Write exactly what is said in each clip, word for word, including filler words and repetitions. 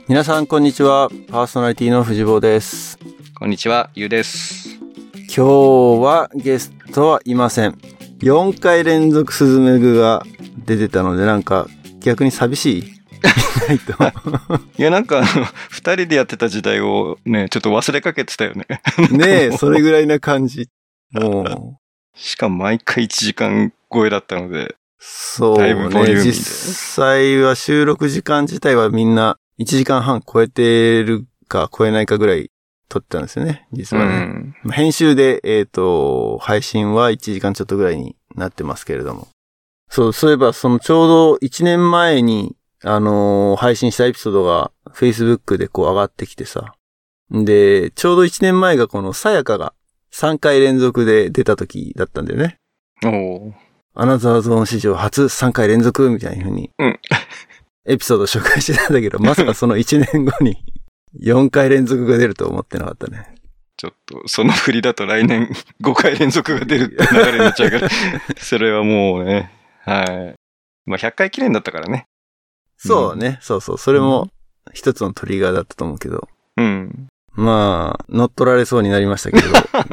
皆さんこんにちは。パーソナリティの藤坊です。 こんにちは、ゆうです。 今日はゲストはいません。よんかい連続スズメグが出てたので、なんか逆に寂しいないといや、なんかあのふたりでやってた時代をね、ちょっと忘れかけてたよね。 ねえ、それぐらいな感じ。もうしかも毎回いちじかん超えだったので、 そうだいぶボリューミーね。 で。 実際は収録時間自体はみんないちじかんはん超えてるか超えないかぐらい撮ってたんですよね、実はね。うん、編集で、えっと、配信はいちじかんちょっとぐらいになってますけれども。そう、そういえば、そのちょうどいちねんまえに、あのー、配信したエピソードが Facebook でこう上がってきてさ。で、ちょうどいちねんまえがこのさやかがさんかい連続で出た時だったんだよね。 おー。 アナザーゾーン史上初さんかい連続みたいな風に、エピソード紹介してたんだけど、まさかそのいちねんごによんかい連続が出ると思ってなかったね。 ちょっと、その振りだと来年ごかい連続が出るって流れになっちゃうから、それはもうね、はい。まあひゃっかい記念だったからね。 そうね、うん、そうそう。それも一つのトリガーだったと思うけど。 うん。 まあ、乗っ取られそうになりましたけど。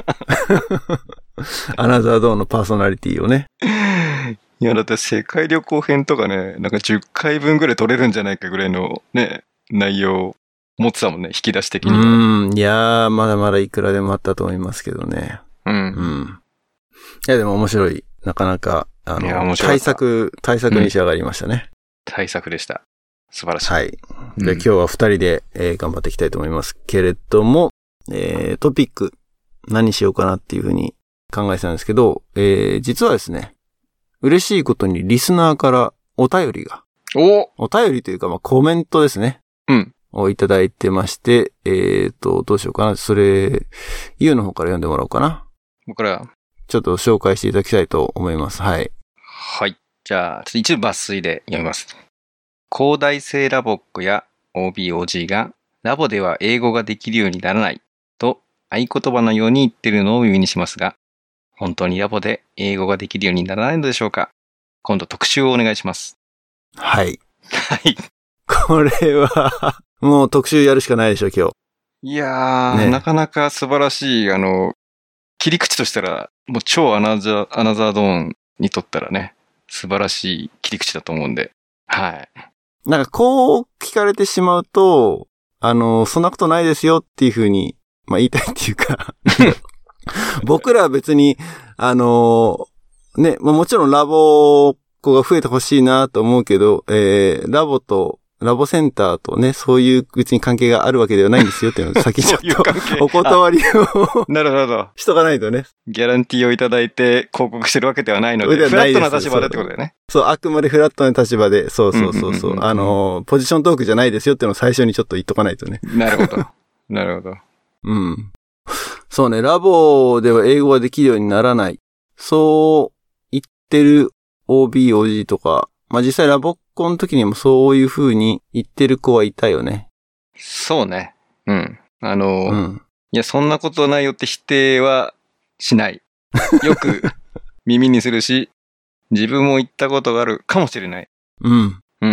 アナザードーンのパーソナリティをね。 いや、だって世界旅行編とかね、なんかじゅっかいぶんぐらい撮れるんじゃないかぐらいのね、内容持ってたもんね、引き出し的には。 うん、いやー、まだまだいくらでもあったと思いますけどね。 うん。 うん。いや、でも面白い。なかなか、あの、 対策、対策に仕上がりましたね。 対策でした。素晴らしい。 はい。で、うん、今日は二人で、えー、頑張っていきたいと思いますけれども、えー、トピック、何しようかなっていうふうに考えてたんですけど、えー、実はですね、嬉しいことにリスナーからお便りが。 おお便りというか、まあ、コメントですね。 うん。 をいただいてまして、えーと、どうしようかな。それ、ゆうの方から読んでもらおうかな。 僕から。 ちょっと紹介していただきたいと思います。はい。 はい。じゃあ、ちょっと一部抜粋で読みます。広大生ラボっ子や オービーオージー がラボでは英語ができるようにならないと合言葉のように言ってるのを耳にしますが、本当にラボで英語ができるようにならないのでしょうか。今度特集をお願いします。 はい。 はい。 これは、もう特集やるしかないでしょ、今日。 いやー、ね、なかなか素晴らしい、あの、切り口としたら、もう超アナザー、アナザードーンにとったらね、素晴らしい切り口だと思うんで、はい。 なんかこう聞かれてしまうと、あの、そんなことないですよっていうふうに、まあ言いたいっていうか、僕らは別に、あの、ね、まあもちろんラボ子が増えてほしいなと思うけど、えー、ラボと、ラボセンターとね、そういう別に関係があるわけではないんですよっていうのを先にちょっとお断りをなるほど。 しとかないとね。 ギャランティーをいただいて広告してるわけではないので、フラットな立場でってことだよね。 そう、あくまでフラットな立場で、そうそうそうそう、あの、ポジショントークじゃないですよっていうのを最初にちょっと言っとかないとね。 なるほど。なるほど。 うん。そうね、ラボでは英語ができるようにならない。そう言ってる オービー、オージー とか、まあ、実際ラボっ子の時にもそういう風に言ってる子はいたよね。 そうね。うん。あの、 うん、 いや、そんなことないよって否定はしない。よく耳にするし、自分も言ったことがあるかもしれない。 うん。 うん。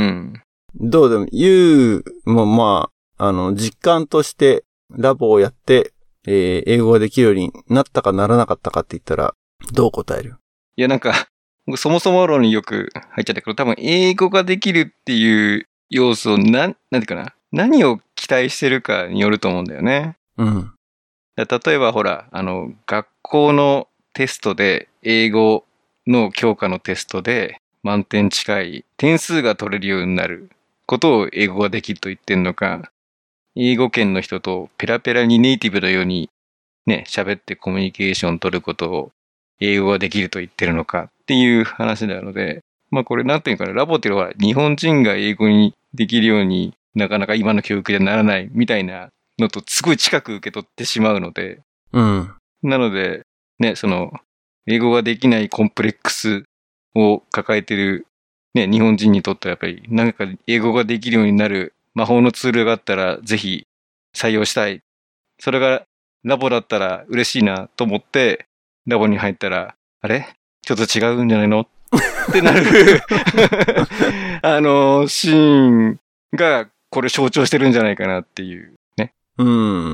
どうでも、言うもまあ、あの、実感としてラボをやって、えー、英語ができるようになったかならなかったかって言ったら、どう答える？ いや、なんか、そもそも論によく入っちゃったけど、多分英語ができるっていう要素をな、なんていうかな、何を期待してるかによると思うんだよね。 うん。 例えばほら、あの、学校のテストで、英語の教科のテストで満点近い点数が取れるようになることを英語ができると言ってんのか、英語圏の人とペラペラにネイティブのようにね、喋ってコミュニケーション取ることを英語ができると言ってるのかっていう話なので、まあこれなんていうかな、ラボっていうのは日本人が英語にできるようになかなか今の教育でならないみたいなのとすごい近く受け取ってしまうので、 うん。 なので、ね、その、英語ができないコンプレックスを抱えてる、ね、日本人にとってはやっぱり、なんか英語ができるようになる魔法のツールがあったら、ぜひ採用したい。それがラボだったら嬉しいなと思って、ラボに入ったら、あれちょっと違うんじゃないのってなる、あの、シーンがこれ象徴してるんじゃないかなっていうね。 うん。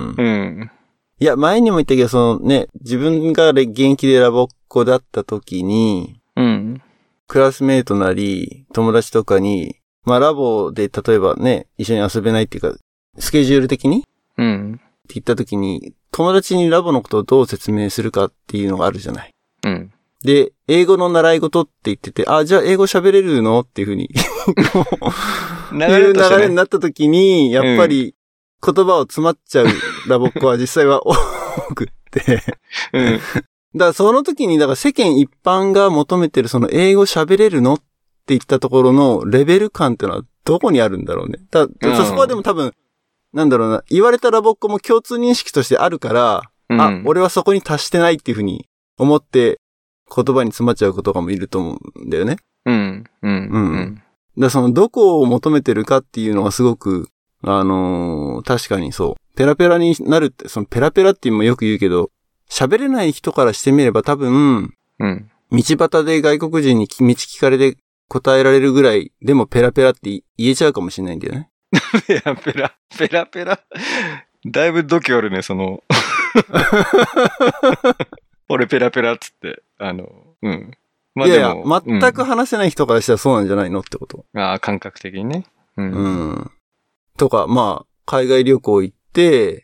うん。 いや、前にも言ったけど、そのね、自分が現役でラボっ子だった時に、 うん。 クラスメイトなり、友達とかに、まあラボで例えばね、一緒に遊べないっていうか、スケジュール的にうん。 って言った時に、友達にラボのことをどう説明するかっていうのがあるじゃない。 うん。 で、英語の習い事って言ってて、あ、じゃあ英語喋れるのっていうふうに、 流れとしてね、 いう流れになった時に、やっぱり言葉を詰まっちゃうラボっ子は実際は多くって。 うん。 だからその時に、だから世間一般が求めてるその英語喋れるのって言ったところのレベル感っていうのはどこにあるんだろうね。だ、うん、そこはでも多分、なんだろうな、言われたラボっ子も共通認識としてあるから、うん、あ、俺はそこに達してないっていうふうに思って言葉に詰まっちゃうことがもいると思うんだよね。 うん。うん。 うん。だからそのどこを求めてるかっていうのがすごく、あのー、確かにそう。ペラペラになるって、そのペラペラっていうのもよく言うけど、喋れない人からしてみれば多分、 うん、 道端で外国人に道聞かれて答えられるぐらいでもペラペラって言えちゃうかもしれないんだよね。 ペラペラ、ペラペラ。だいぶ度胸あるね、その。俺ペラペラっつって、あの、うん。 まあ、いやいや、全く話せない人からしたらそうなんじゃないのってこと。 ああ、感覚的にね。 うん。うん。とか、まあ、海外旅行行って、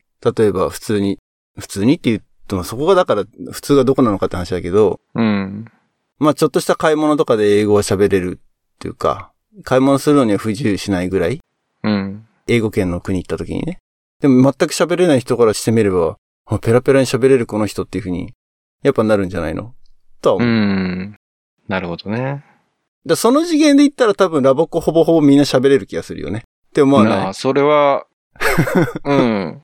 例えば普通に、普通にって言ってもそこがだから普通がどこなのかって話だけど、 うん。 まあちょっとした買い物とかで英語は喋れるっていうか、買い物するのには不自由しないぐらい、 うん。 英語圏の国行った時にね。でも全く喋れない人からしてみれば、ペラペラに喋れるこの人っていう風に、やっぱなるんじゃないのとは思う。 うん。なるほどね。 だその次元で言ったら多分ラボっ子ほぼほぼみんな喋れる気がするよね。って思わない？ ああ、それは、うん。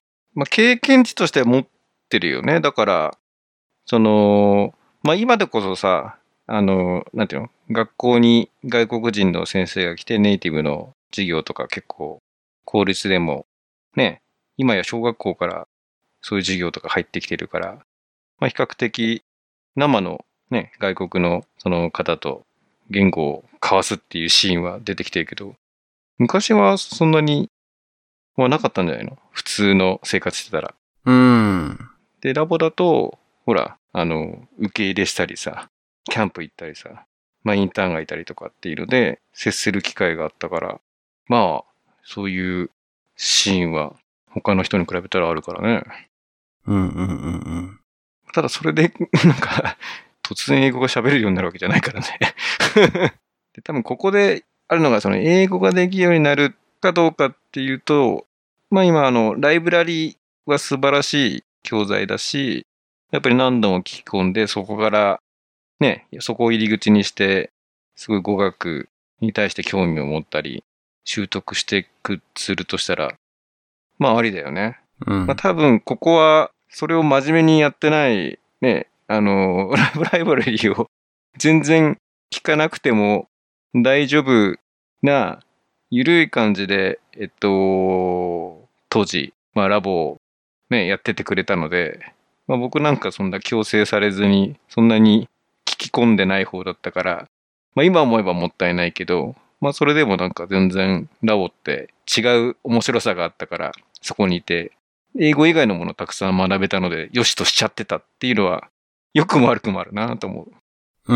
まあ経験値としては持ってるよね。だから、その、まあ今でこそさ、あの、なんていうの、学校に外国人の先生が来てネイティブの授業とか結構公立でもね、今や小学校からそういう授業とか入ってきてるから、まあ比較的生のね、外国のその方と言語を交わすっていうシーンは出てきてるけど、昔はそんなにはなかったんじゃないの？普通の生活してたら。 うん。 で、ラボだと、ほら、あの、受け入れしたりさ、キャンプ行ったりさ、まあインターンがいたりとかっていうので、接する機会があったから、まあ、そういうシーンは他の人に比べたらあるからね。 うんうんうんうん。 ただそれで、なんか、突然英語が喋れるようになるわけじゃないからね。で、多分ここであるのが、その英語ができるようになるかどうかっていうと、まあ今、あの、ライブラリーは素晴らしい教材だし、やっぱり何度も聞き込んで、そこから、ね、そこを入り口にして、すごい語学に対して興味を持ったり、習得していく、するとしたら、まあありだよね。 うん、 まあ多分、ここは、それを真面目にやってない、ね、あの、ライブラリーを全然聞かなくても大丈夫な、ゆるい感じで、えっと、当時、まあラボをね、やっててくれたので、まあ僕なんかそんな強制されずに、そんなに聞き込んでない方だったから、まあ今思えばもったいないけど、まあそれでもなんか全然ラボって違う面白さがあったから、そこにいて、英語以外のものをたくさん学べたので、よしとしちゃってたっていうのは、良くも悪くもあるなと思う。 うん。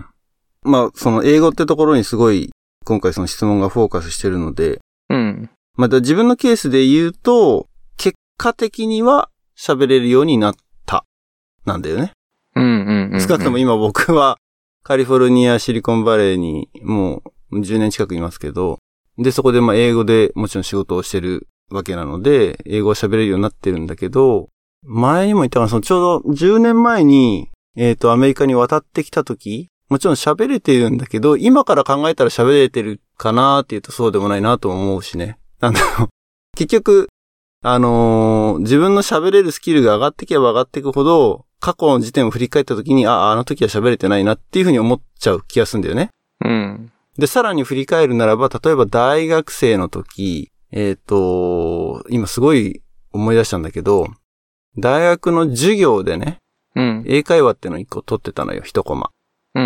まあ、その英語ってところにすごい、今回その質問がフォーカスしてるので、 うん。 また自分のケースで言うと、結果的には喋れるようになった、なんだよね。 うんうんうん、うん。 少なくとも今僕はカリフォルニアシリコンバレーにもうじゅうねん近くいますけど、で、そこでまあ英語でもちろん仕事をしてるわけなので、英語を喋れるようになってるんだけど、前にも言ったのは、そのちょうどじゅうねんまえに、えっと、アメリカに渡ってきたとき、もちろん喋れてるんだけど、今から考えたら喋れてるかなーっていうとそうでもないなと思うしね。なんだろう。結局、あのー、自分の喋れるスキルが上がっていけば上がっていくほど、過去の時点を振り返ったときに、あ、あの時は喋れてないなっていうふうに思っちゃう気がするんだよね。 うん。 で、さらに振り返るならば、例えば大学生の時、えっと、今すごい思い出したんだけど、大学の授業でね、 うん、 英会話ってのを一個取ってたのよ、一コマ。 うん。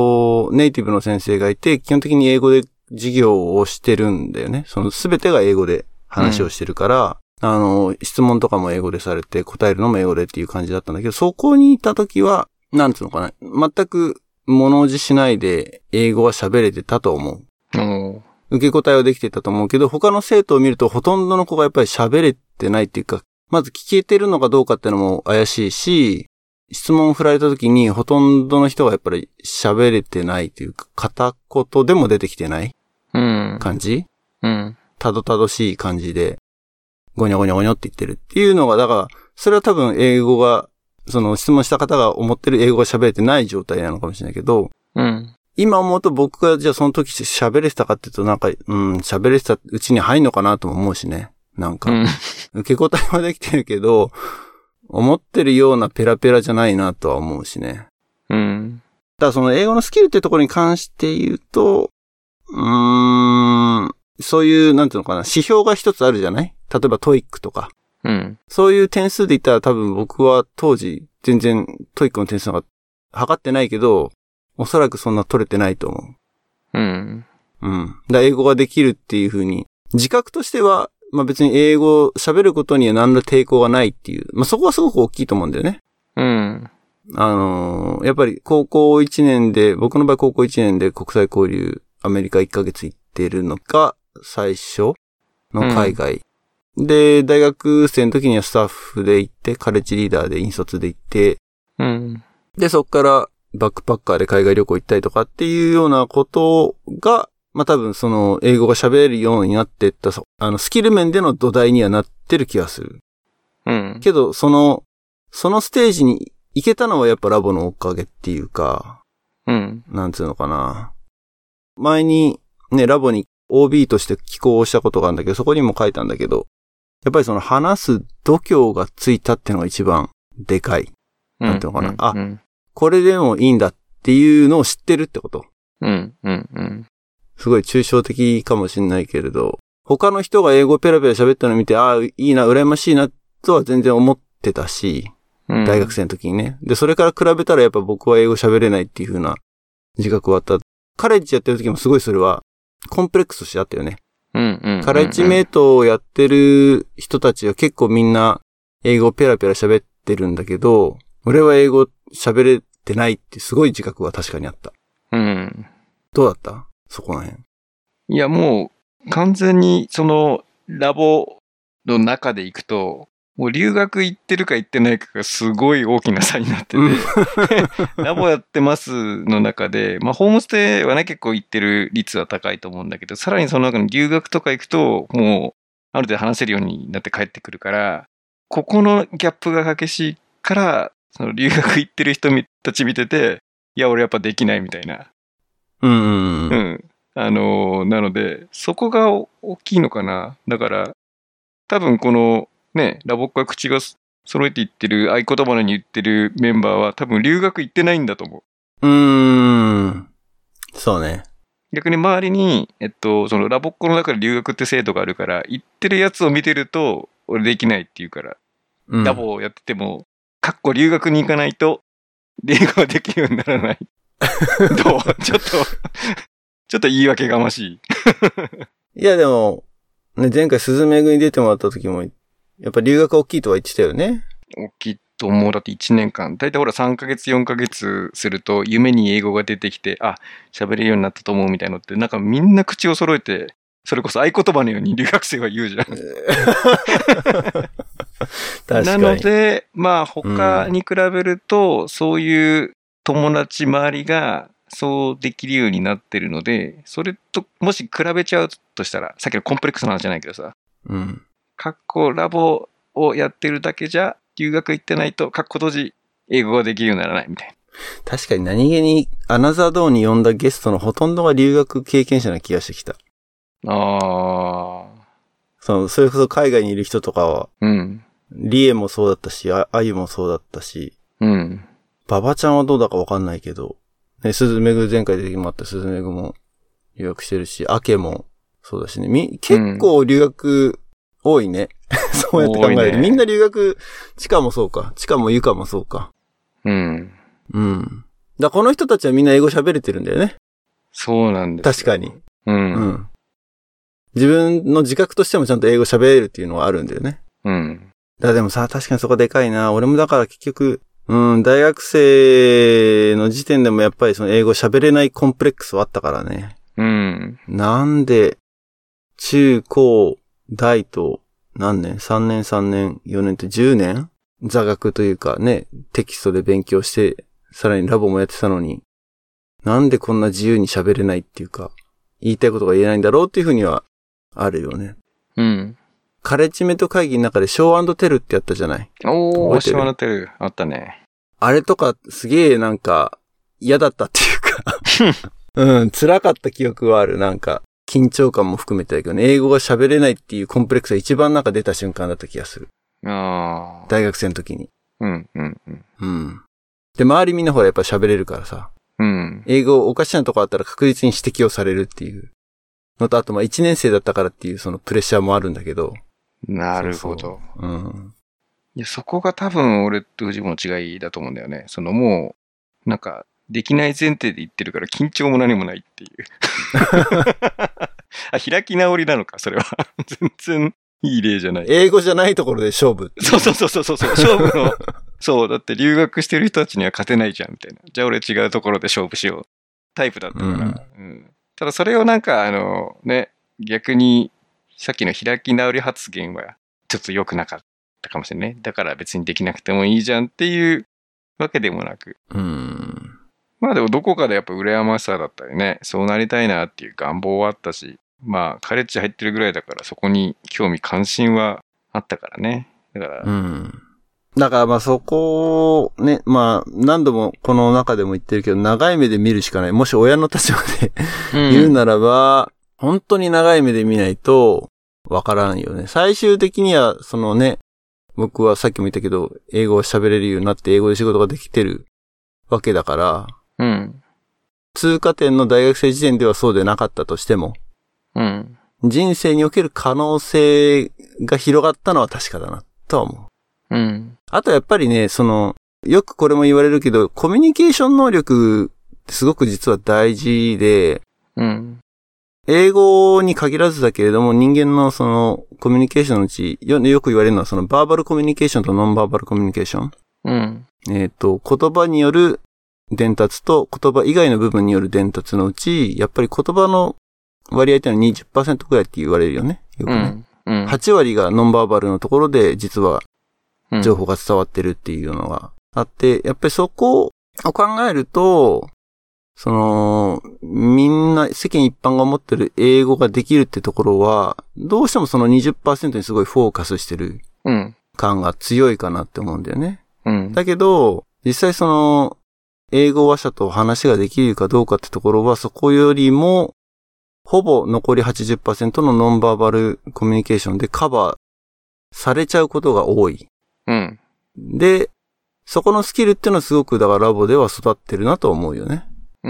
で、そこは、えっと、ネイティブの先生がいて、基本的に英語で授業をしてるんだよね。そのすべてが英語で話をしてるから、うん、あの、質問とかも英語でされて、答えるのも英語でっていう感じだったんだけど、そこにいた時は、なんつうのかな、全く物おじしないで英語は喋れてたと思う。 うん、 受け答えはできてたと思うけど、他の生徒を見るとほとんどの子がやっぱり喋れてないっていうか、まず聞けてるのかどうかっていうのも怪しいし、質問を振られた時にほとんどの人がやっぱり喋れてないというか、片言でも出てきてない感じ、 うん、 たどたどしい感じで、ゴニョゴニョゴニョって言ってるっていうのが、だから、それは多分英語が、その質問した方が思ってる英語が喋れてない状態なのかもしれないけど、 うん、 今思うと僕がじゃあその時喋れてたかっていうとなんか、うん、喋れてたうちに入んのかなとも思うしね。なんか、うん、受け答えはできてるけど、思ってるようなペラペラじゃないなとは思うしね。 うん。 だからその英語のスキルってところに関して言うと、うーん、そういう、なんていうのかな、指標が一つあるじゃない?例えばトイックとか。 うん。 そういう点数で言ったら多分僕は当時全然トイックの点数が測ってないけど、おそらくそんな取れてないと思う。うん。 うん。だ英語ができるっていう風に、自覚としては、まあ別に英語を喋ることには何ら抵抗がないっていう、まあそこはすごく大きいと思うんだよね。 うん。 あのー、やっぱり高校いちねんで、僕の場合高校いちねんで国際交流アメリカいっかげつ行ってるのが最初の海外。うん、で、大学生の時にはスタッフで行って、カレッジリーダーで引率で行って、 うん、 で、そっからバックパッカーで海外旅行行ったりとかっていうようなことが、まあ、多分その英語が喋れるようになっていった、あのスキル面での土台にはなってる気がする。 うん。 けど、その、そのステージに行けたのはやっぱラボのおかげっていうか、 うん。 なんつうのかな。前にね、ラボに オービー として寄稿をしたことがあるんだけど、そこにも書いたんだけど、やっぱりその話す度胸がついたっていうのが一番でかい。なんていうのかな。うんうんうん、あ、これでもいいんだっていうのを知ってるってこと。 うんうんうん。 すごい抽象的かもしれないけれど、他の人が英語ペラペラ喋ったのを見て、ああ、いいな、羨ましいな、とは全然思ってたし、うん、大学生の時にね。で、それから比べたらやっぱ僕は英語喋れないっていう風な自覚はあった。カレッジやってる時もすごいそれはコンプレックスとしてあったよね。 うんうんうんうん、 カレッジメイトをやってる人たちは結構みんな英語ペラペラ喋ってるんだけど、俺は英語喋れてないってすごい自覚は確かにあった。 うん。 どうだった?そこら辺。 いやもう完全にそのラボの中で行くと、もう留学行ってるか行ってないかがすごい大きな差になってて、うん、ラボやってますの中で、まあホームステイはね結構行ってる率は高いと思うんだけど、さらにその中に留学とか行くと、もうある程度話せるようになって帰ってくるから、ここのギャップが激しいから、その留学行ってる人たち見てて、いや俺やっぱできないみたいな。 うんうんうん。 うん。あのー、なので、そこが大きいのかな。だから、多分この、ね、ラボっ子が口が揃えて言ってる、合言葉のように言ってるメンバーは多分留学行ってないんだと思う。うーん。そうね。 逆に周りに、えっと、そのラボっ子の中で留学って制度があるから、行ってるやつを見てると、俺できないって言うから、うん、ラボをやってても、かっこ留学に行かないと、英語ができるようにならない。どうちょっと、ちょっと言い訳がましい。いやでも、ね、前回スズメグに出てもらった時も、やっぱ留学大きいとは言ってたよね。 大きいと思う。だっていちねんかん。だいたいほらさんかげつよんかげつすると夢に英語が出てきて、あ、喋れるようになったと思うみたいなのって、なんかみんな口を揃えて、それこそ合言葉のように留学生は言うじゃん。 確かに。 なので、まあ他に比べると、うん、そういう友達周りがそうできるようになってるので、それともし比べちゃうとしたら、さっきのコンプレックスの話じゃないけどさ、 うん。 かっこラボをやってるだけじゃ留学行ってないとかっこ閉じ英語ができるようにならないみたいな。 確かに何気にアナザードーに呼んだゲストのほとんどが留学経験者な気がしてきた。 ああ。 そのそれこそ海外にいる人とかは、 うん。 リエもそうだったし、あ、あゆもそうだったし、 うん。 ババちゃんはどうだかわかんないけど、ね、スズメグ前回出てもらったスズメグも留学してるし、アケもそうだしね。み、結構留学多いね。うん、そうやって考える、ね。みんな留学、チカもそうか。チカもユカもそうか。 うん。 うん。だこの人たちはみんな英語喋れてるんだよね。 そうなんですよ。 確かに。 うん。 うん。自分の自覚としてもちゃんと英語喋れるっていうのがあるんだよね。 うん。 だからでもさ、確かにそこでかいな。俺もだから結局、うん、大学生の時点でもやっぱりその英語喋れないコンプレックスはあったからね。 うん。 なんで、中高大と何年 ?さん 年さんねんよねんってじゅうねん座学というかね、テキストで勉強して、さらにラボもやってたのに、なんでこんな自由に喋れないっていうか、言いたいことが言えないんだろうっていうふうにはあるよね。 うん。 カレッジメント会議の中でショー&テルってやったじゃない。 おー、ショー&テルあったね。 あれとかすげえなんか嫌だったっていうか、うん、辛かった記憶はある。なんか緊張感も含めてだけどね、英語が喋れないっていうコンプレックスが一番なんか出た瞬間だった気がする。 ああ。 大学生の時に。 うん、うん、うん。 うん。で、周りみんなほらやっぱ喋れるからさ。 うん。 英語おかしなとこあったら確実に指摘をされるっていうのと、あとまあ一年生だったからっていうそのプレッシャーもあるんだけど。 なるほど。 そうそう、うん。 いや、そこが多分俺と藤本の違いだと思うんだよね。そのもう、なんか、できない前提で言ってるから緊張も何もないっていう。あ、開き直りなのか、それは。全然いい例じゃない。 英語じゃないところで勝負。 そうそうそうそうそう。勝負の、そう、だって留学してる人たちには勝てないじゃん、みたいな。じゃあ俺違うところで勝負しよう。タイプだったから。うんうん、ただそれをなんか、あの、ね、逆に、さっきの開き直り発言はちょっと良くなかったかもしれない。だから別にできなくてもいいじゃんっていうわけでもなく。 うん。 まあでもどこかでやっぱ羨ましさだったりね、そうなりたいなっていう願望はあったし、まあカレッジ入ってるぐらいだからそこに興味関心はあったからね。だから。 うん。だからまあそこをね、まあ何度もこの中でも言ってるけど、長い目で見るしかない。もし親の立場で言うならば、うん、本当に長い目で見ないとわからんよね。最終的にはそのね、僕はさっきも言ったけど、英語を喋れるようになって英語で仕事ができてるわけだから、 うん。 通過点の大学生時点ではそうでなかったとしても、 うん。 人生における可能性が広がったのは確かだなとは思う。うん。 あとやっぱりね、その、よくこれも言われるけど、コミュニケーション能力ってすごく実は大事で、 うん。 英語に限らずだけれども、人間のそのコミュニケーションのうち、よ、よく言われるのはそのバーバルコミュニケーションとノンバーバルコミュニケーション。 うん。 えっと、言葉による伝達と言葉以外の部分による伝達のうち、やっぱり言葉の割合っていうのは にじゅっパーセント くらいって言われるよね。よくね。うんうん、はち割がノンバーバルのところで実は情報が伝わってるっていうのがあって、やっぱりそこを考えると、その、みんな世間一般が思ってる英語ができるってところは、どうしてもその にじゅっパーセント にすごいフォーカスしてる感が強いかなって思うんだよね。 うん、 だけど、実際その、英語話者と話ができるかどうかってところは、そこよりも、ほぼ残り はちじゅっパーセント のノンバーバルコミュニケーションでカバーされちゃうことが多い。 うん。 で、そこのスキルっていうのはすごくだからラボでは育ってるなと思うよね。 うん。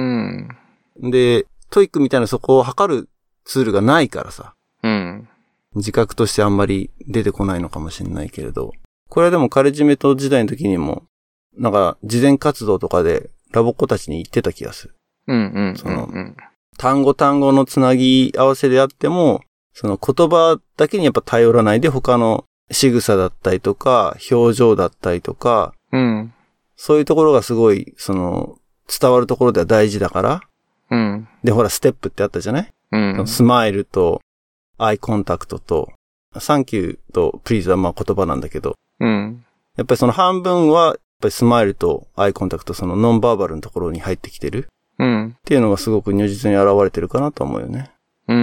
で、トイックみたいなそこを測るツールがないからさ。 うん。 自覚としてあんまり出てこないのかもしれないけれど。これはでもカレッジメント時代の時にも、なんか事前活動とかでラボっ子たちに言ってた気がする。 うんうんうんうん。 その単語単語のつなぎ合わせであっても、その言葉だけにやっぱ頼らないで他の仕草だったりとか、表情だったりとか、 うん、 そういうところがすごい、その、伝わるところでは大事だから。 うん、 で、ほら、ステップってあったじゃない、 うん、 スマイルと、アイコンタクトと、サンキューとプリーズはまあ言葉なんだけど、 うん、 やっぱりその半分は、やっぱりスマイルとアイコンタクト、そのノンバーバルのところに入ってきてる。 うん。 っていうのがすごく如実に現れてるかなと思うよね。 うん。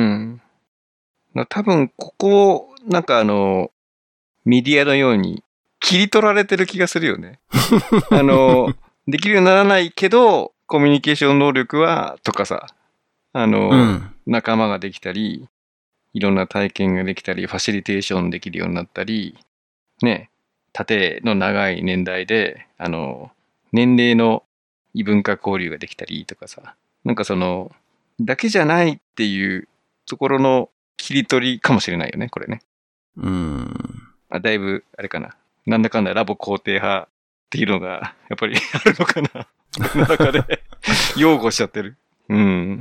多分、ここを、なんかあの、メディアのように切り取られてる気がするよね。あの、できるようにならないけど、コミュニケーション能力は、とかさ、あの、うん、仲間ができたり、いろんな体験ができたり、ファシリテーションできるようになったり、ね、縦の長い年代で、あの、年齢の異文化交流ができたりとかさ、なんかその、だけじゃないっていうところの切り取りかもしれないよね、これね。 うん。 あ、だいぶ、あれかな。なんだかんだラボ肯定派っていうのが、やっぱりあるのかな。の中で、擁護しちゃってる。うん。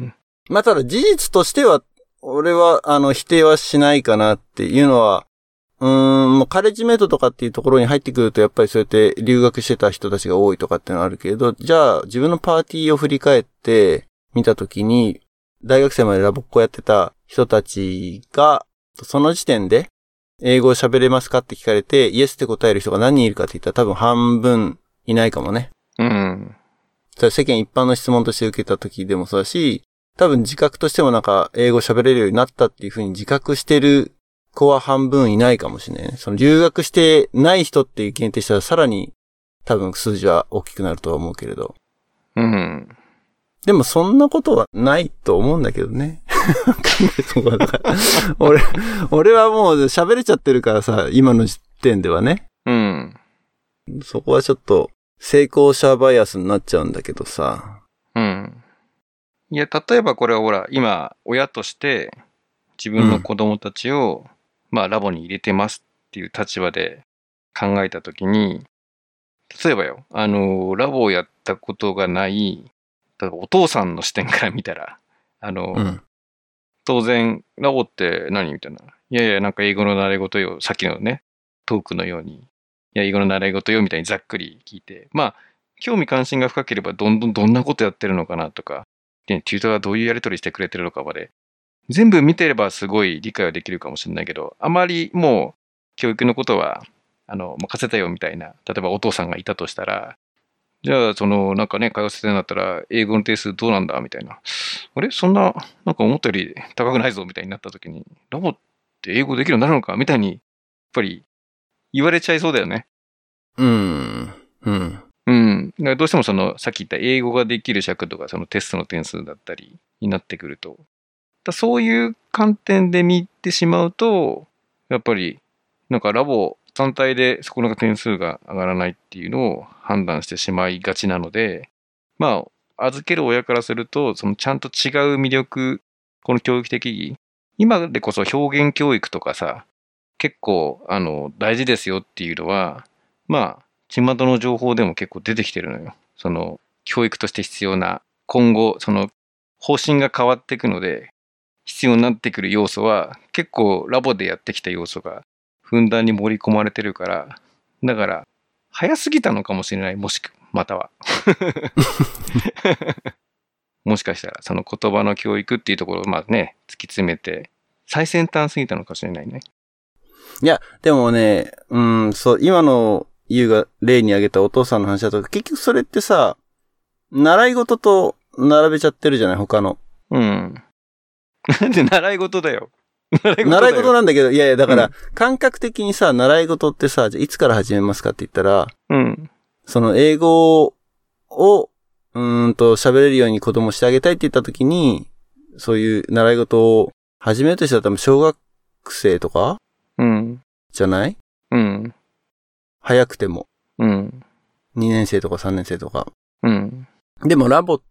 まあ、ただ事実としては、俺は、あの、否定はしないかなっていうのは、うーん、もうカレッジメイトとかっていうところに入ってくると、やっぱりそうやって留学してた人たちが多いとかっていうのはあるけれど、じゃあ自分のパーティーを振り返って見たときに、大学生までラボっ子やってた人たちが、その時点で英語を喋れますかって聞かれて、イエスって答える人が何人いるかって言ったら多分半分いないかもね。 うん。 それ世間一般の質問として受けたときでもそうだし、多分自覚としてもなんか英語喋れるようになったっていうふうに自覚してる子は半分いないかもしれないね。その留学してない人っていう限定したらさらに多分数字は大きくなるとは思うけれど。 うん。 でもそんなことはないと思うんだけどね。わかんないとこだから。俺、俺はもう喋れちゃってるからさ、今の時点ではね。 うん。 そこはちょっと成功者バイアスになっちゃうんだけどさ。 うん。いや、例えばこれはほら、今、親として自分の子供たちを、うん、まあ、ラボに入れてますっていう立場で考えたときに、例えばよ、あの、ラボをやったことがない、例えばお父さんの視点から見たら、あの、うん、当然、ラボって何みたいな。いやいや、なんか英語の習い事よ、さっきのね、トークのように、いや、英語の習い事よみたいにざっくり聞いて、まあ、興味関心が深ければ、どんどんどんなことやってるのかなとか、ね、テューターがどういうやり取りしてくれてるのかまで、全部見てればすごい理解はできるかもしれないけど、あまりもう教育のことはあの任せたよみたいな、例えばお父さんがいたとしたら、じゃあそのなんかね通わせてんだったら英語の点数どうなんだみたいな、あれそんななんか思ったより高くないぞみたいになった時に、ラボって英語できるようになるのかみたいにやっぱり言われちゃいそうだよね。 うんうんうん。だからどうしてもそのさっき言った英語ができる尺度がそのテストの点数だったりになってくると。だそういう観点で見てしまうと、やっぱりなんかラボ単体でそこの点数が上がらないっていうのを判断してしまいがちなので、まあ預ける親からするとそのちゃんと違う魅力、この教育的意義、今でこそ表現教育とかさ、結構あの大事ですよっていうのは、まあ巷の情報でも結構出てきてるのよ。その教育として必要な今後その方針が変わっていくので。必要になってくる要素は結構ラボでやってきた要素がふんだんに盛り込まれてるから、だから早すぎたのかもしれない。もしくまたはもしかしたらその言葉の教育っていうところをまあね突き詰めて最先端すぎたのかもしれないね。 いやでもね、うんそう今のユウが例に挙げたお父さんの話だと結局それってさ習い事と並べちゃってるじゃない他の。 うん。なんで習い事だよ。 習い事だよ。習い事なんだけど、いやいや、だから、感覚的にさ、習い事ってさ、じゃいつから始めますかって言ったら、 うん。 その英語を、うーんと喋れるように子供してあげたいって言った時に、そういう習い事を始めるとしたら多分小学生とかうん。 じゃない？ うん。 早くても。 うん。 にねん生とかさんねん生とか。 うん。 でもラボって、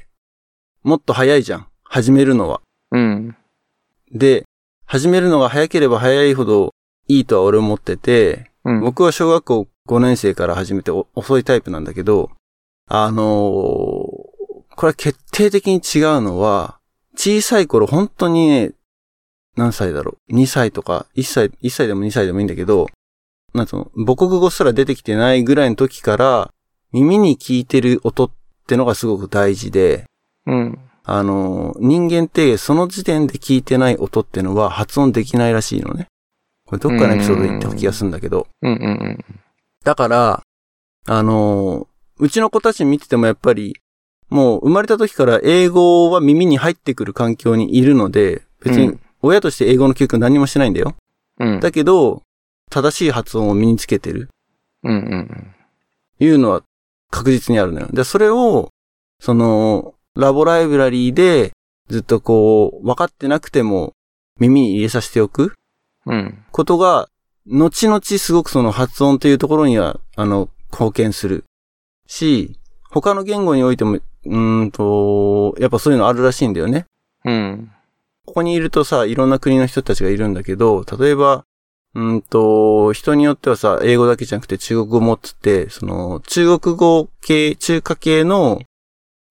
もっと早いじゃん。始めるのは。 うん。 で、始めるのが早ければ早いほどいいとは俺思ってて、うん、僕は小学校ごねん生から始めて遅いタイプなんだけど、あのー、これは決定的に違うのは、小さい頃本当にね、何歳だろう ?に 歳とか、いっさい、いっさいでもにさいでもいいんだけど、なんつうの、母国語すら出てきてないぐらいの時から、耳に聞いてる音ってのがすごく大事で、 うん。 あの、人間ってその時点で聞いてない音ってのは発音できないらしいのね。これどっかのエピソードで言った気がするんだけど。 うんうんうん。 だから、あの、うちの子たち見ててもやっぱり、もう生まれた時から英語は耳に入ってくる環境にいるので、別に親として英語の教育何もしてないんだよ。 うん。 だけど、正しい発音を身につけてる。 うんうんうん。 いうのは確実にあるのよ。で、それを、その、ラボライブラリーでずっとこう分かってなくても耳に入れさせておくことが後々すごくその発音というところにはあの貢献するし、他の言語においてもうーんとやっぱそういうのあるらしいんだよね。 うん。 ここにいるとさ、いろんな国の人たちがいるんだけど、例えばうーんと人によってはさ、英語だけじゃなくて中国語もっつって、その中国語系中華系の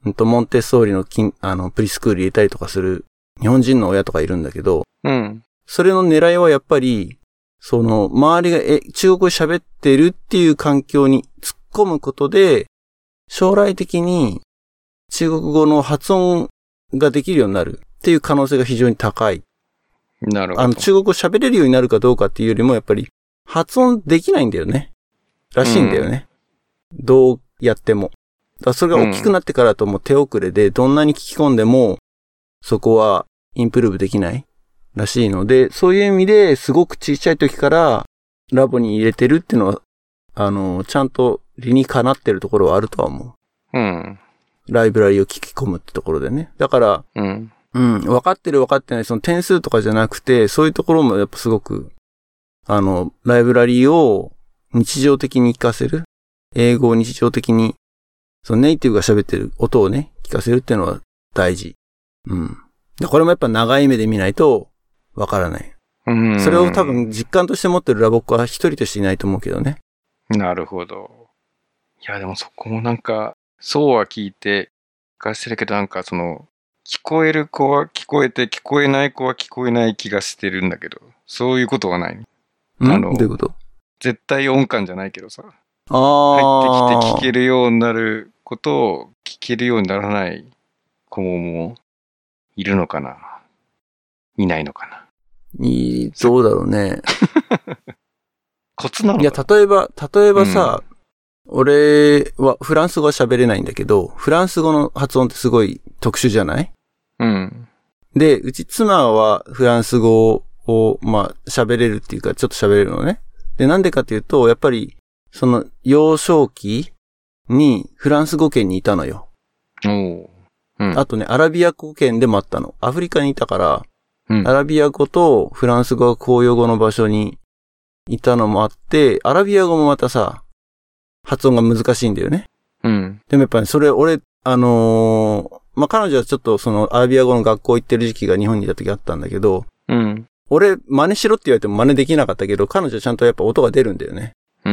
うんと、モンテッソーリのきんあのプリスクール入れたりとかする日本人の親とかいるんだけど、 うん。 それの狙いはやっぱり、その、周りがえ中国語喋ってるっていう環境に突っ込むことで、将来的に中国語の発音ができるようになるっていう可能性が非常に高い。 なるほど。 あの、中国語喋れるようになるかどうかっていうよりも、やっぱり発音できないんだよね。らしいんだよね。うん、どうやっても。だからそれが大きくなってからだともう手遅れで、どんなに聞き込んでも、そこはインプルーブできないらしいので、そういう意味ですごく小さい時からラボに入れてるっていうのは、あの、ちゃんと理にかなってるところはあるとは思う。うん。 ライブラリを聞き込むってところでね。だから、 うん。 うん、分かってる分かってない、その点数とかじゃなくて、そういうところもやっぱすごく、あの、ライブラリを日常的に聞かせる。英語を日常的に、そのネイティブが喋ってる音をね、聞かせるっていうのは大事。うん。で、これもやっぱ長い目で見ないと分からない。 うん。 それを多分実感として持ってるラボっ子は一人としていないと思うけどね。 なるほど。いや、でもそこもなんか、そうは聞いて、聞かせてるけどなんかその、聞こえる子は聞こえて、聞こえない子は聞こえない気がしてるんだけど、そういうことはない。 うん、あの、どういうこと？ 絶対音感じゃないけどさ。 ああ。 入ってきて聞けるようになることを聞けるようにならない子もいるのかな？いないのかな？ いい、どうだろうね。 コツなのかな？ いや、例えば、例えばさ、うん、俺はフランス語は喋れないんだけど、フランス語の発音ってすごい特殊じゃない？ うん。 で、うち妻はフランス語を、まあ、喋れるっていうか、ちょっと喋れるのね。で、なんでかっていうと、やっぱり、その、幼少期にフランス語圏にいたのよ。 おー。うん。 あとね、アラビア語圏でもあったの。アフリカにいたから、 うん、 アラビア語とフランス語が公用語の場所にいたのもあって、アラビア語もまたさ、発音が難しいんだよね。 うん。 でもやっぱりそれ、俺、あのー、まあ、彼女はちょっとそのアラビア語の学校行ってる時期が日本にいた時あったんだけど、 うん。 俺、真似しろって言われても真似できなかったけど、彼女はちゃんとやっぱ音が出るんだよね。 うん。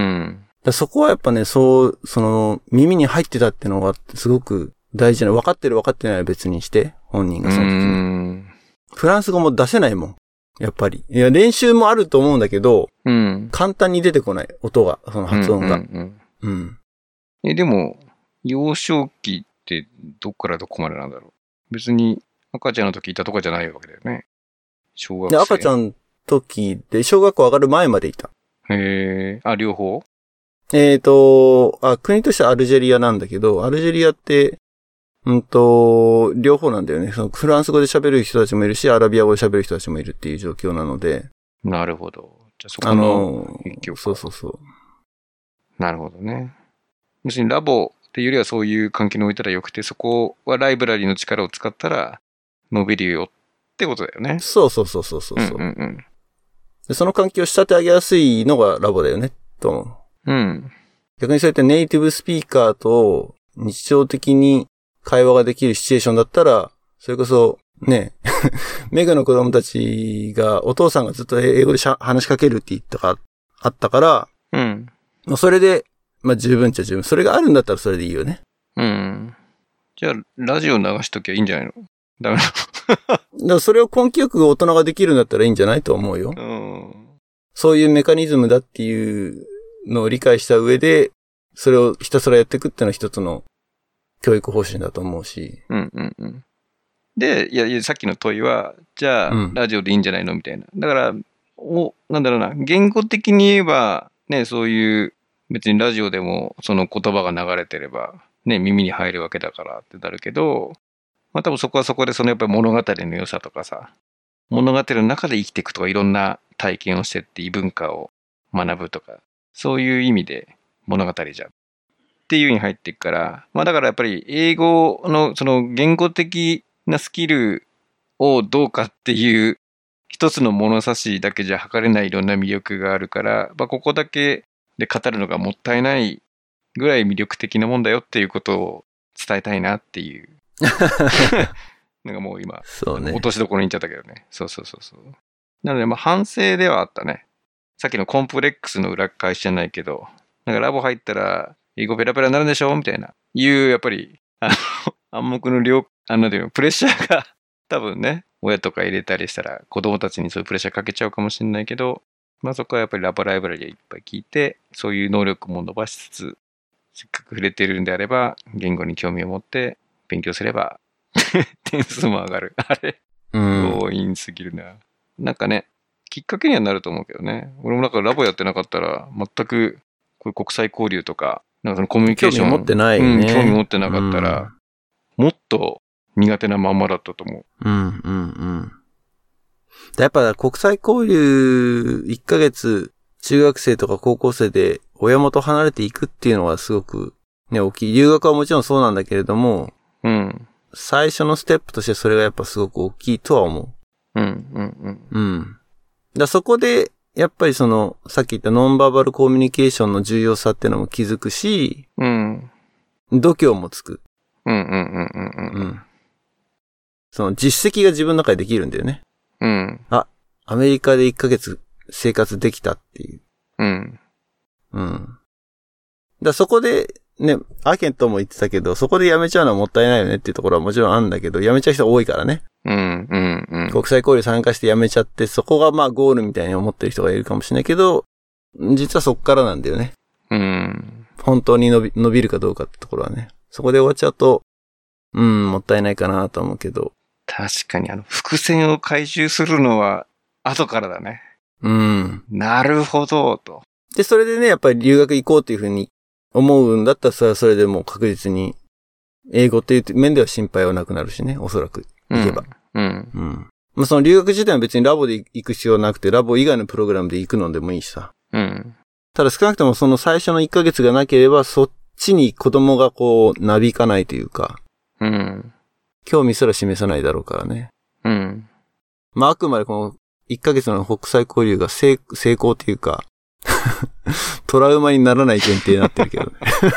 だそこはやっぱね、そう、その、耳に入ってたってのがすごく大事な、分かってる分かってないは別にして、本人がその時に。 うんフランス語も出せないもん。やっぱり。いや、練習もあると思うんだけど、 うん、 簡単に出てこない。音が、その発音が。 うんうんうん、うん。 え、でも、幼少期ってどっからどこまでなんだろう。別に赤ちゃんの時いたとかじゃないわけだよね。小学生。 で、赤ちゃんの時で、小学校上がる前までいた。 へえ、あ、両方？ えーと、あ、国としてはアルジェリアなんだけど、アルジェリアって、うんと、両方なんだよね。そのフランス語で喋る人たちもいるし、アラビア語で喋る人たちもいるっていう状況なので。 なるほど。じゃあそこの影響か。 そうそうそう。 なるほどね。別にラボっていうよりはそういう環境に置いたらよくて、そこはライブラリの力を使ったら伸びるよってことだよね。 そうそうそうそうそう。うんうんうん、 でその環境を仕立て上げやすいのがラボだよね、と思う。うん。 逆にそうやってネイティブスピーカーと日常的に会話ができるシチュエーションだったら、それこそ、ね、メガの子供たちが、お父さんがずっと英語でしゃ話しかけるって言ったか、あったから、 うん。 それで、まあ十分っちゃ十分。それがあるんだったらそれでいいよね。 うん。じゃあ、ラジオ流しときゃいいんじゃないの？ダメなの？ だからそれを根気よく大人ができるんだったらいいんじゃないと思うよ。 うん。 そういうメカニズムだっていうのを理解した上で、それをひたすらやっていくっていうのは一つの教育方針だと思うし。 うんうんうん。で、いやいや、さっきの問いは、じゃあ、うん、ラジオでいいんじゃないのみたいな。だから、お、なんだろうな、言語的に言えば、ね、そういう、別にラジオでもその言葉が流れてれば、ね、耳に入るわけだからってなるけど、まあ多分そこはそこでそのやっぱり物語の良さとかさ、物語の中で生きていくとかいろんな体験をしてって異文化を学ぶとか、そういう意味で物語じゃん。っていう風に入っていくから、まあだからやっぱり英語のその言語的なスキルをどうかっていう一つの物差しだけじゃ測れないいろんな魅力があるから、まあここだけで語るのがもったいないぐらい魅力的なもんだよっていうことを伝えたいなっていう。なんかもう今、 そうね、 落としどころに行っちゃったけどね。そうそうそうそう。なのでまあ反省ではあったね。さっきのコンプレックスの裏返しじゃないけど、なんかラボ入ったら英語ペラペラになるんでしょみたいな。いう、やっぱり、 あの、暗黙の了、あの、なんていうの、プレッシャーが多分ね、親とか入れたりしたら子供たちにそういうプレッシャーかけちゃうかもしれないけど、まあそこはやっぱりラボライブラリをいっぱい聞いて、そういう能力も伸ばしつつ、せっかく触れてるんであれば、言語に興味を持って勉強すれば、点数も上がる。あれ強引すぎるな。なんかね、きっかけにはなると思うけどね。俺もなんかラボやってなかったら、全くこういう国際交流とか、なんかそのコミュニケーション。 興味持ってないね。 うん、興味持ってなかったら、うん、もっと苦手なまんまだったと思う。 うんうんうん。やっぱ国際交流いっかげつ中学生とか高校生で親元離れていくっていうのはすごくね、大きい。留学はもちろんそうなんだけれども、 うん。 最初のステップとしてそれがやっぱすごく大きいとは思う。うんうんうん。 うん。だそこで、やっぱりその、さっき言ったノンバーバルコミュニケーションの重要さっていうのも気づくし、 うん。 度胸もつく。 うんうんうんうんうん。 その実績が自分の中でできるんだよね。 うん。 あ、アメリカでいっかげつ生活できたっていう。 うん。 うん。だそこで、ね、アケントも言ってたけど、そこで辞めちゃうのはもったいないよねっていうところはもちろんあるんだけど、辞めちゃう人多いからね。 うんうんうん。 国際交流参加して辞めちゃって、そこがまあゴールみたいに思ってる人がいるかもしれないけど、実はそこからなんだよね。 うん。 本当に伸び、伸びるかどうかってところはね。そこで終わっちゃうと、うん、もったいないかなと思うけど。 確かにあの、伏線を回収するのは後からだね。 うん。 なるほど、と。 で、それでね、やっぱり留学行こうっていうふうに思うんだったら、それはそれでもう確実に、英語っていう面では心配はなくなるしね、おそらく行けば。 うん。 うん。まあ、その留学自体は別にラボで行く必要はなくて、ラボ以外のプログラムで行くのでもいいしさ。 うん。 ただ少なくともその最初のいっかげつがなければ、そっちに子供がこう、なびかないというか。 うん。 興味すら示さないだろうからね。 うん。 まあ、あくまでこのいっかげつの国際交流が成、成功っていうか、トラウマにならない前提になってるけどね。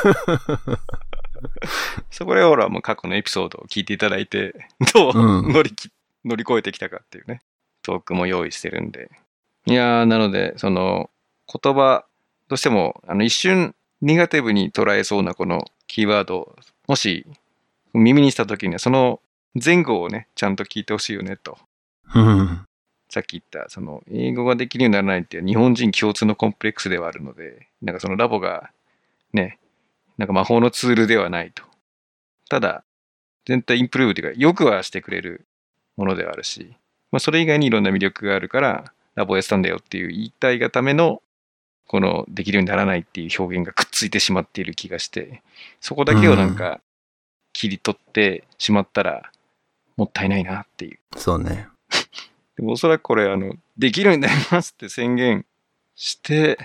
そこでほら、もう過去のエピソードを聞いていただいて、どう乗りき、うん、乗り越えてきたかっていうね、トークも用意してるんで。いやー、なので、その、言葉、どうしても、あの、一瞬、ネガティブに捉えそうなこのキーワード、もし、耳にしたときには、その前後をね、ちゃんと聞いてほしいよね、と。 うん、 さっき言った、その、英語ができるようにならないっていう日本人共通のコンプレックスではあるので、なんかそのラボが、ね、なんか魔法のツールではないと。ただ、全体インプルーブというか、よくはしてくれるものではあるし、まあ、それ以外にいろんな魅力があるから、ラボやってたんだよっていう言いたいがための、このできるようにならないっていう表現がくっついてしまっている気がして、そこだけをなんか切り取ってしまったら、もったいないなっていう。 そうね。 でもおそらくこれ、あの、できるようになりますって宣言して、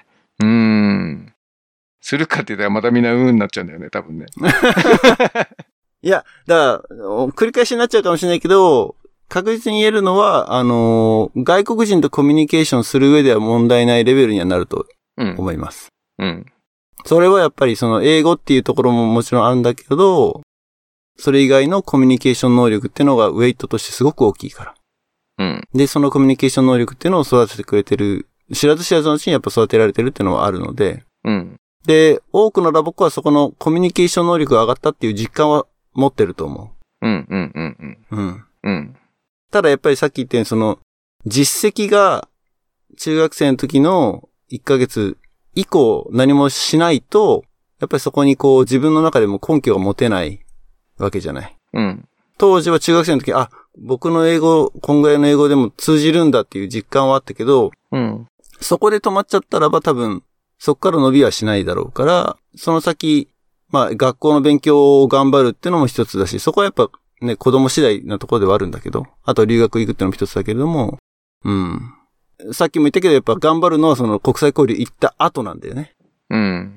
うーん、するかって言ったらまたみんなうーんなっちゃうんだよね、多分ね。 いや、だから、繰り返しになっちゃうかもしれないけど、確実に言えるのは、あのー、外国人とコミュニケーションする上では問題ないレベルにはなると思います。 うん。うん、 それはやっぱりその英語っていうところももちろんあるんだけど、それ以外のコミュニケーション能力っていうのがウェイトとしてすごく大きいから。 うん。 で、そのコミュニケーション能力っていうのを育ててくれてる、知らず知らずのうちにやっぱ育てられてるっていうのはあるので、 うん。 で、多くのラボっ子はそこのコミュニケーション能力が上がったっていう実感は持ってると思う。うん、うん、うん、 うん。うん。 うん。ただやっぱりさっき言ったようにその、実績が中学生の時のいっかげつ以降何もしないと、やっぱりそこにこう自分の中でも根拠が持てないわけじゃない。 うん。 当時は中学生の時、あ、僕の英語、こんぐらいの英語でも通じるんだっていう実感はあったけど、 うん。 そこで止まっちゃったらば多分、そこから伸びはしないだろうから、その先、まあ学校の勉強を頑張るっていうのも一つだし、そこはやっぱね、子供次第なところではあるんだけど、あと留学行くっていうのも一つだけれども、うん。さっきも言ったけどやっぱ頑張るのはその国際交流行った後なんだよね。 うん。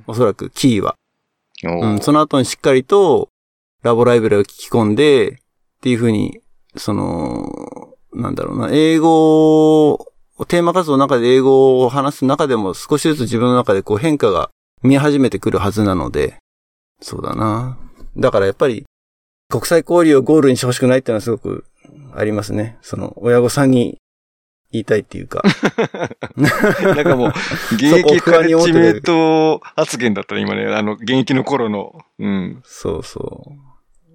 おそらくキーは。うん。その後にしっかりとラボライブラリを聞き込んで、っていうふうに、その、なんだろうな、英語、テーマ活動の中で英語を話す中でも少しずつ自分の中でこう変化が見始めてくるはずなので、そうだな。だからやっぱり国際交流をゴールにしてほしくないっていうのはすごくありますね。その親御さんに言いたいっていうか。 なんかもう現役カレッジメイト発言だったら今ね、あの現役の頃の。うん。 そうそう。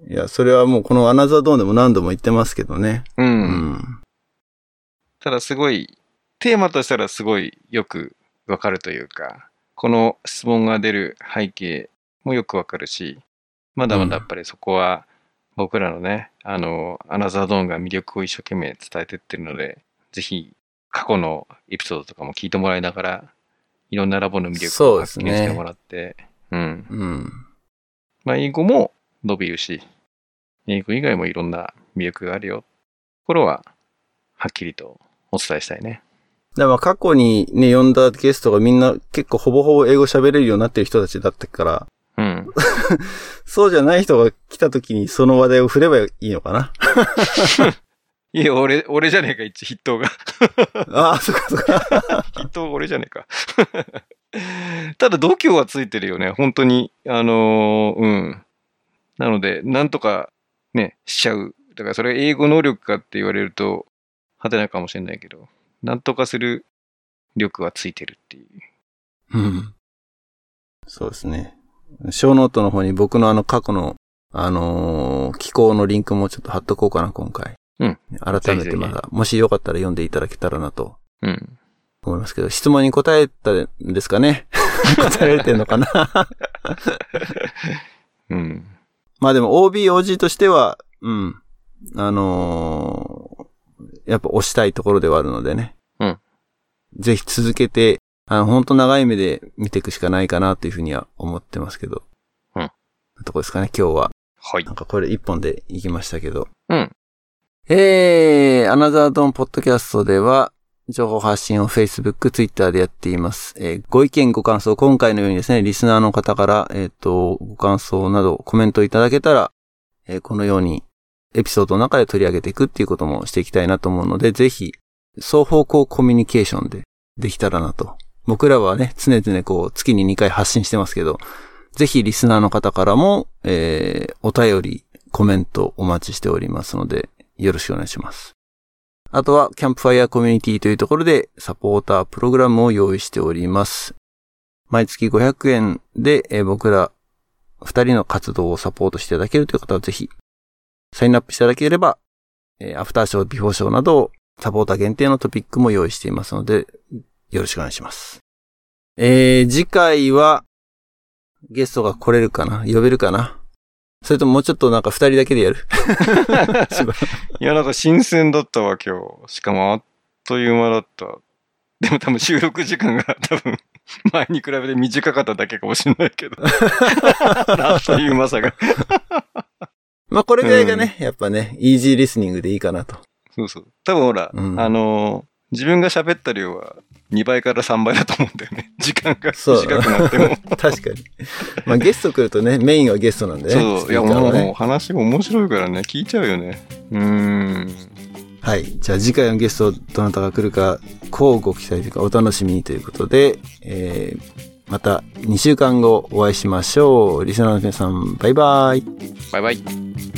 いや、それはもうこのアナザードーンでも何度も言ってますけどね。 うん。 うん、 ただすごい、テーマとしたらすごいよくわかるというか、この質問が出る背景もよくわかるし、まだまだやっぱりそこは僕らのね、うん、あの、アナザードーンが魅力を一生懸命伝えてってるので、ぜひ過去のエピソードとかも聞いてもらいながら、いろんなラボの魅力を発見してもらって、うね、うん。うん。まあ、英語も伸びるし、英語以外もいろんな魅力があるよ。これは、はっきりとお伝えしたいね。 だから過去にね、呼んだゲストがみんな結構ほぼほぼ英語喋れるようになってる人たちだったから、うん。そうじゃない人が来た時にその話題を振ればいいのかな。 いや、俺、俺じゃねえか、一筆頭が。 ああ、そっかそっか。 筆頭俺じゃねえか。ただ度胸はついてるよね、本当に。あのー、うん。なので、なんとかね、しちゃう。だからそれ英語能力かって言われると、はてなかもしれないけど、なんとかする力はついてるっていう。 うん。そうですね。小ノートの方に僕のあの過去の、あのー、寄稿のリンクもちょっと貼っとこうかな、今回。うん。改めてまだ、もしよかったら読んでいただけたらなと。うん。思いますけど、質問に答えたんですかね。答えられてんのかな。うん。まあでも オービー、オージー としては、うん。あのー、やっぱ推したいところではあるのでね。うん。ぜひ続けて、あの、ほんと長い目で見ていくしかないかなというふうには思ってますけど。うん。とこですかね、今日は。はい。なんかこれ一本でいきましたけど。うん。えー、アナザードンポッドキャストでは、情報発信を Facebook、Twitter でやっています。えー、ご意見ご感想、今回のようにですね、リスナーの方から、えっと、ご感想などコメントいただけたら、えー、このようにエピソードの中で取り上げていくっていうこともしていきたいなと思うので、ぜひ、双方向コミュニケーションでできたらなと。僕らはね、常々こう、月ににかい発信してますけど、ぜひリスナーの方からも、えー、お便り、コメントお待ちしておりますので、よろしくお願いします。あとは、キャンプファイヤーコミュニティというところで、サポータープログラムを用意しております。毎月ごひゃくえんで、えー、僕らふたりの活動をサポートしていただけるという方はぜひ、サインアップしていただければ、えー、アフターショー、ビフォーショーなど、サポーター限定のトピックも用意していますので、よろしくお願いします。えー、次回は、ゲストが来れるかな？呼べるかな？それとももうちょっとなんか二人だけでやるいや、なんか新鮮だったわ、今日。しかもあっという間だった。でも多分収録時間が多分前に比べて短かっただけかもしれないけど。あっという間さが。 まあこれぐらいがね、うん、やっぱね、イージーリスニングでいいかなと。 そうそう。多分ほら、うん、あのー、自分が喋った量はにばいからさんばいだと思うんだよね。時間が短くなっても。 確かに。まあゲスト来るとね、メインはゲストなんでね。 そう。いやもう、ね、話も面白いからね、聞いちゃうよね。うーん。 はい。じゃあ次回のゲストどなたが来るか、こうご期待というかお楽しみにということで、えー、またにしゅうかんごお会いしましょう。リスナーの皆さん、バイバイ。 バイバイ。